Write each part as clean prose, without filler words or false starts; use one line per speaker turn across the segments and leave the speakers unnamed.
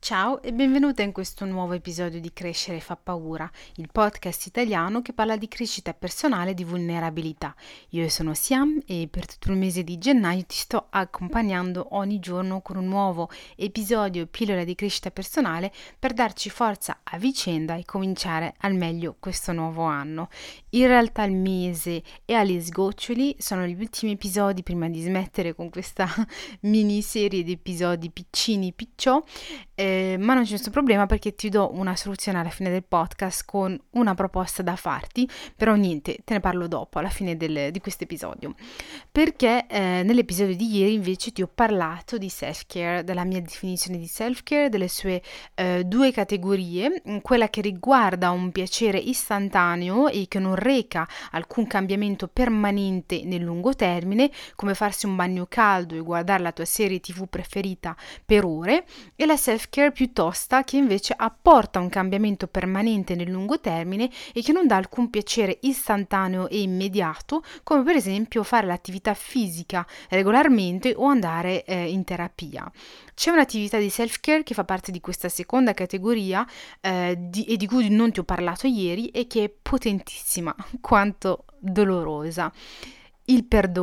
Ciao e benvenuta in questo nuovo episodio di Crescere fa paura, il podcast italiano che parla di crescita personale e di vulnerabilità. Io sono Siam e per tutto il mese di gennaio ti sto accompagnando ogni giorno con un nuovo episodio pillola di crescita personale per darci forza a vicenda e cominciare al meglio questo nuovo anno. In realtà il mese è agli sgoccioli, sono gli ultimi episodi prima di smettere con questa miniserie di episodi piccini picciò. Ma non c'è nessun problema perché ti do una soluzione alla fine del podcast con una proposta da farti, però niente, te ne parlo dopo, alla fine di questo episodio. Perché nell'episodio di ieri invece ti ho parlato di self-care, della mia definizione di self-care, delle sue due categorie, quella che riguarda un piacere istantaneo e che non reca alcun cambiamento permanente nel lungo termine, come farsi un bagno caldo e guardare la tua serie TV preferita per ore, e la self-care più tosta che invece apporta un cambiamento permanente nel lungo termine e che non dà alcun piacere istantaneo e immediato, come per esempio fare l'attività fisica regolarmente o andare in terapia. C'è un'attività di self-care che fa parte di questa seconda categoria e di cui non ti ho parlato ieri e che è potentissima quanto dolorosa. Il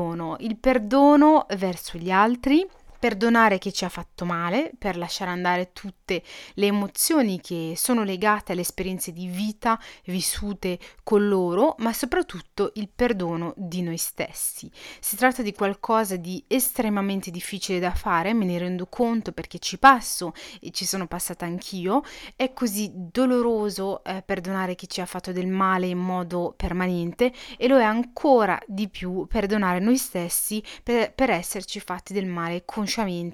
perdono verso gli altri. Perdonare chi ci ha fatto male, per lasciare andare tutte le emozioni che sono legate alle esperienze di vita vissute con loro, ma soprattutto il perdono di noi stessi. Si tratta di qualcosa di estremamente difficile da fare, me ne rendo conto perché ci passo e ci sono passata anch'io. È così doloroso perdonare chi ci ha fatto del male in modo permanente e lo è ancora di più perdonare noi stessi per esserci fatti del male consciamente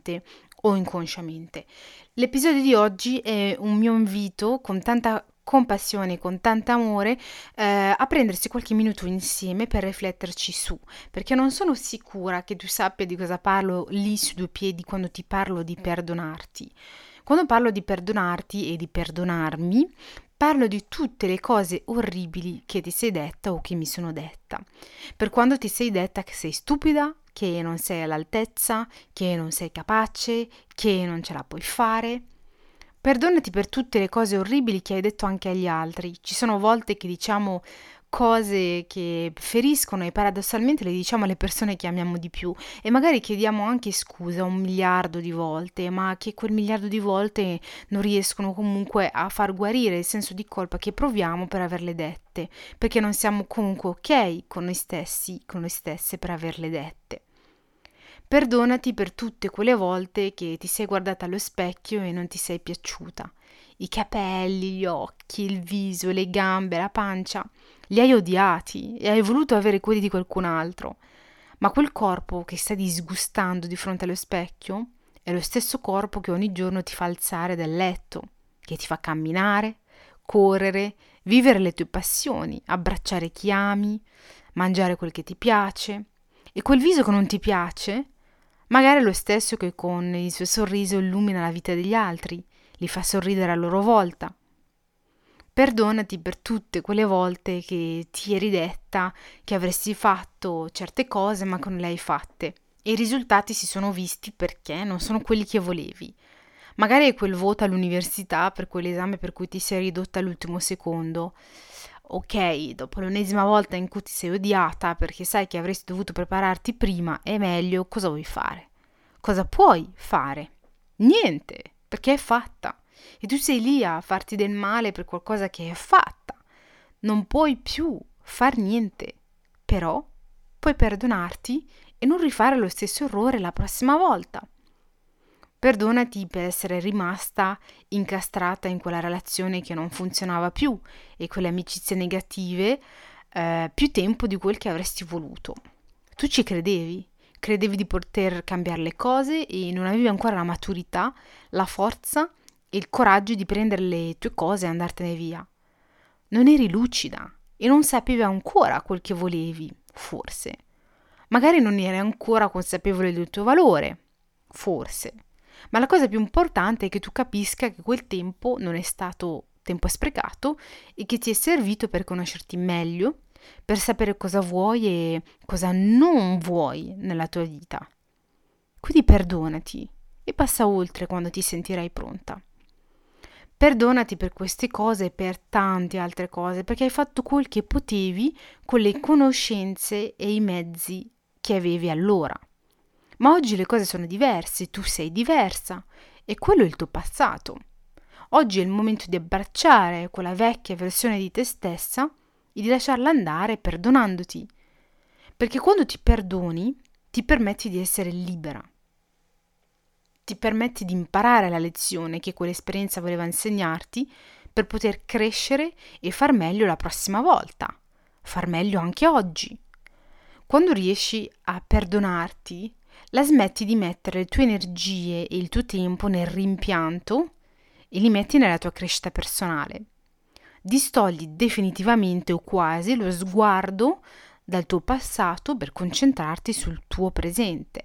o inconsciamente. L'episodio di oggi è un mio invito con tanta compassione, con tanto amore, a prendersi qualche minuto insieme per rifletterci su, perché non sono sicura che tu sappia di cosa parlo lì su due piedi quando ti parlo di perdonarti. Quando parlo di perdonarti e di perdonarmi, parlo di tutte le cose orribili che ti sei detta o che mi sono detta. Per quando ti sei detta che sei stupida, che non sei all'altezza, che non sei capace, che non ce la puoi fare. Perdonati per tutte le cose orribili che hai detto anche agli altri. Ci sono volte che diciamo cose che feriscono e paradossalmente le diciamo alle persone che amiamo di più e magari chiediamo anche scusa 1 miliardo di volte, ma che quel miliardo di volte non riescono comunque a far guarire il senso di colpa che proviamo per averle dette, perché non siamo comunque ok con noi stessi, con noi stesse per averle dette. Perdonati per tutte quelle volte che ti sei guardata allo specchio e non ti sei piaciuta. I capelli, gli occhi, il viso, le gambe, la pancia, li hai odiati e hai voluto avere quelli di qualcun altro. Ma quel corpo che sta disgustando di fronte allo specchio è lo stesso corpo che ogni giorno ti fa alzare dal letto, che ti fa camminare, correre, vivere le tue passioni, abbracciare chi ami, mangiare quel che ti piace. E quel viso che non ti piace, magari è lo stesso che con il suo sorriso illumina la vita degli altri, li fa sorridere a loro volta. Perdonati per tutte quelle volte che ti eri detta che avresti fatto certe cose ma che non le hai fatte e i risultati si sono visti perché non sono quelli che volevi. Magari è quel voto all'università per quell'esame per cui ti sei ridotta all'ultimo secondo. Ok, dopo l'ennesima volta in cui ti sei odiata perché sai che avresti dovuto prepararti prima, è meglio, cosa vuoi fare? Cosa puoi fare? Niente, perché è fatta. E tu sei lì a farti del male per qualcosa che è fatta. Non puoi più far niente, però puoi perdonarti e non rifare lo stesso errore la prossima volta. Perdonati per essere rimasta incastrata in quella relazione che non funzionava più e quelle amicizie negative più tempo di quel che avresti voluto. Tu ci credevi? Credevi di poter cambiare le cose e non avevi ancora la maturità, la forza e il coraggio di prendere le tue cose e andartene via. Non eri lucida e non sapevi ancora quel che volevi, forse. Magari non eri ancora consapevole del tuo valore, forse. Ma la cosa più importante è che tu capisca che quel tempo non è stato tempo sprecato e che ti è servito per conoscerti meglio, per sapere cosa vuoi e cosa non vuoi nella tua vita. Quindi perdonati e passa oltre quando ti sentirai pronta. Perdonati per queste cose e per tante altre cose, perché hai fatto quel che potevi con le conoscenze e i mezzi che avevi allora. Ma oggi le cose sono diverse, tu sei diversa e quello è il tuo passato. Oggi è il momento di abbracciare quella vecchia versione di te stessa e di lasciarla andare perdonandoti. Perché quando ti perdoni, ti permetti di essere libera. Ti permetti di imparare la lezione che quell'esperienza voleva insegnarti per poter crescere e far meglio la prossima volta, far meglio anche oggi. Quando riesci a perdonarti, la smetti di mettere le tue energie e il tuo tempo nel rimpianto e li metti nella tua crescita personale. Distogli definitivamente o quasi lo sguardo dal tuo passato per concentrarti sul tuo presente.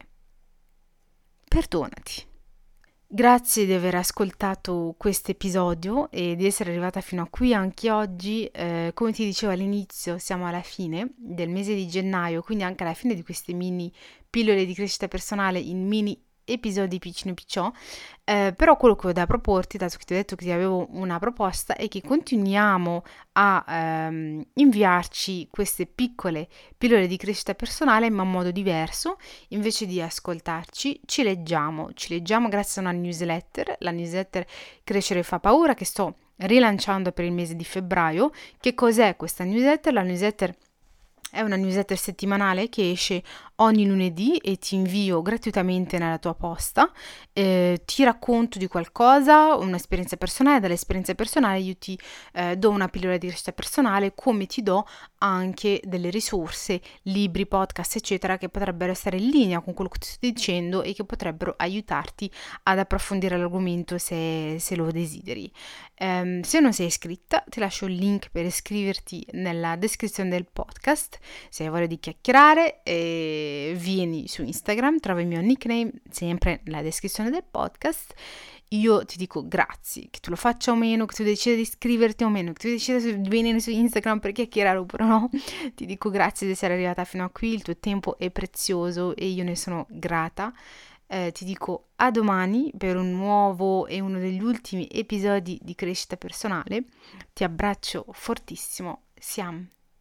Perdonati. Grazie di aver ascoltato questo episodio e di essere arrivata fino a qui anche oggi. Come ti dicevo all'inizio, siamo alla fine del mese di gennaio, quindi anche alla fine di queste mini pillole di crescita personale in mini episodi piccino picciò, però quello che ho da proporti, dato che ti ho detto che ti avevo una proposta, è che continuiamo a inviarci queste piccole pillole di crescita personale ma in modo diverso. Invece di ascoltarci, ci leggiamo grazie a una newsletter, la newsletter Crescere fa paura, che sto rilanciando per il mese di febbraio. Che cos'è questa newsletter? La newsletter è una newsletter settimanale che esce ogni lunedì e ti invio gratuitamente nella tua posta. Ti racconto di qualcosa, un'esperienza personale. Dall'esperienza personale io ti do una pillola di crescita personale, come ti do anche delle risorse, libri, podcast, eccetera, che potrebbero essere in linea con quello che ti sto dicendo e che potrebbero aiutarti ad approfondire l'argomento se lo desideri. Se non sei iscritta, ti lascio il link per iscriverti nella descrizione del podcast. Se hai voglia di chiacchierare, vieni su Instagram, trovi il mio nickname sempre nella descrizione del podcast. Io ti dico grazie, che tu lo faccia o meno, che tu decida di iscriverti o meno, che tu decida di venire su Instagram per chiacchierare oppure no. Ti dico grazie di essere arrivata fino a qui, il tuo tempo è prezioso e io ne sono grata. Ti dico a domani per un nuovo e uno degli ultimi episodi di crescita personale. Ti abbraccio fortissimo, Siam.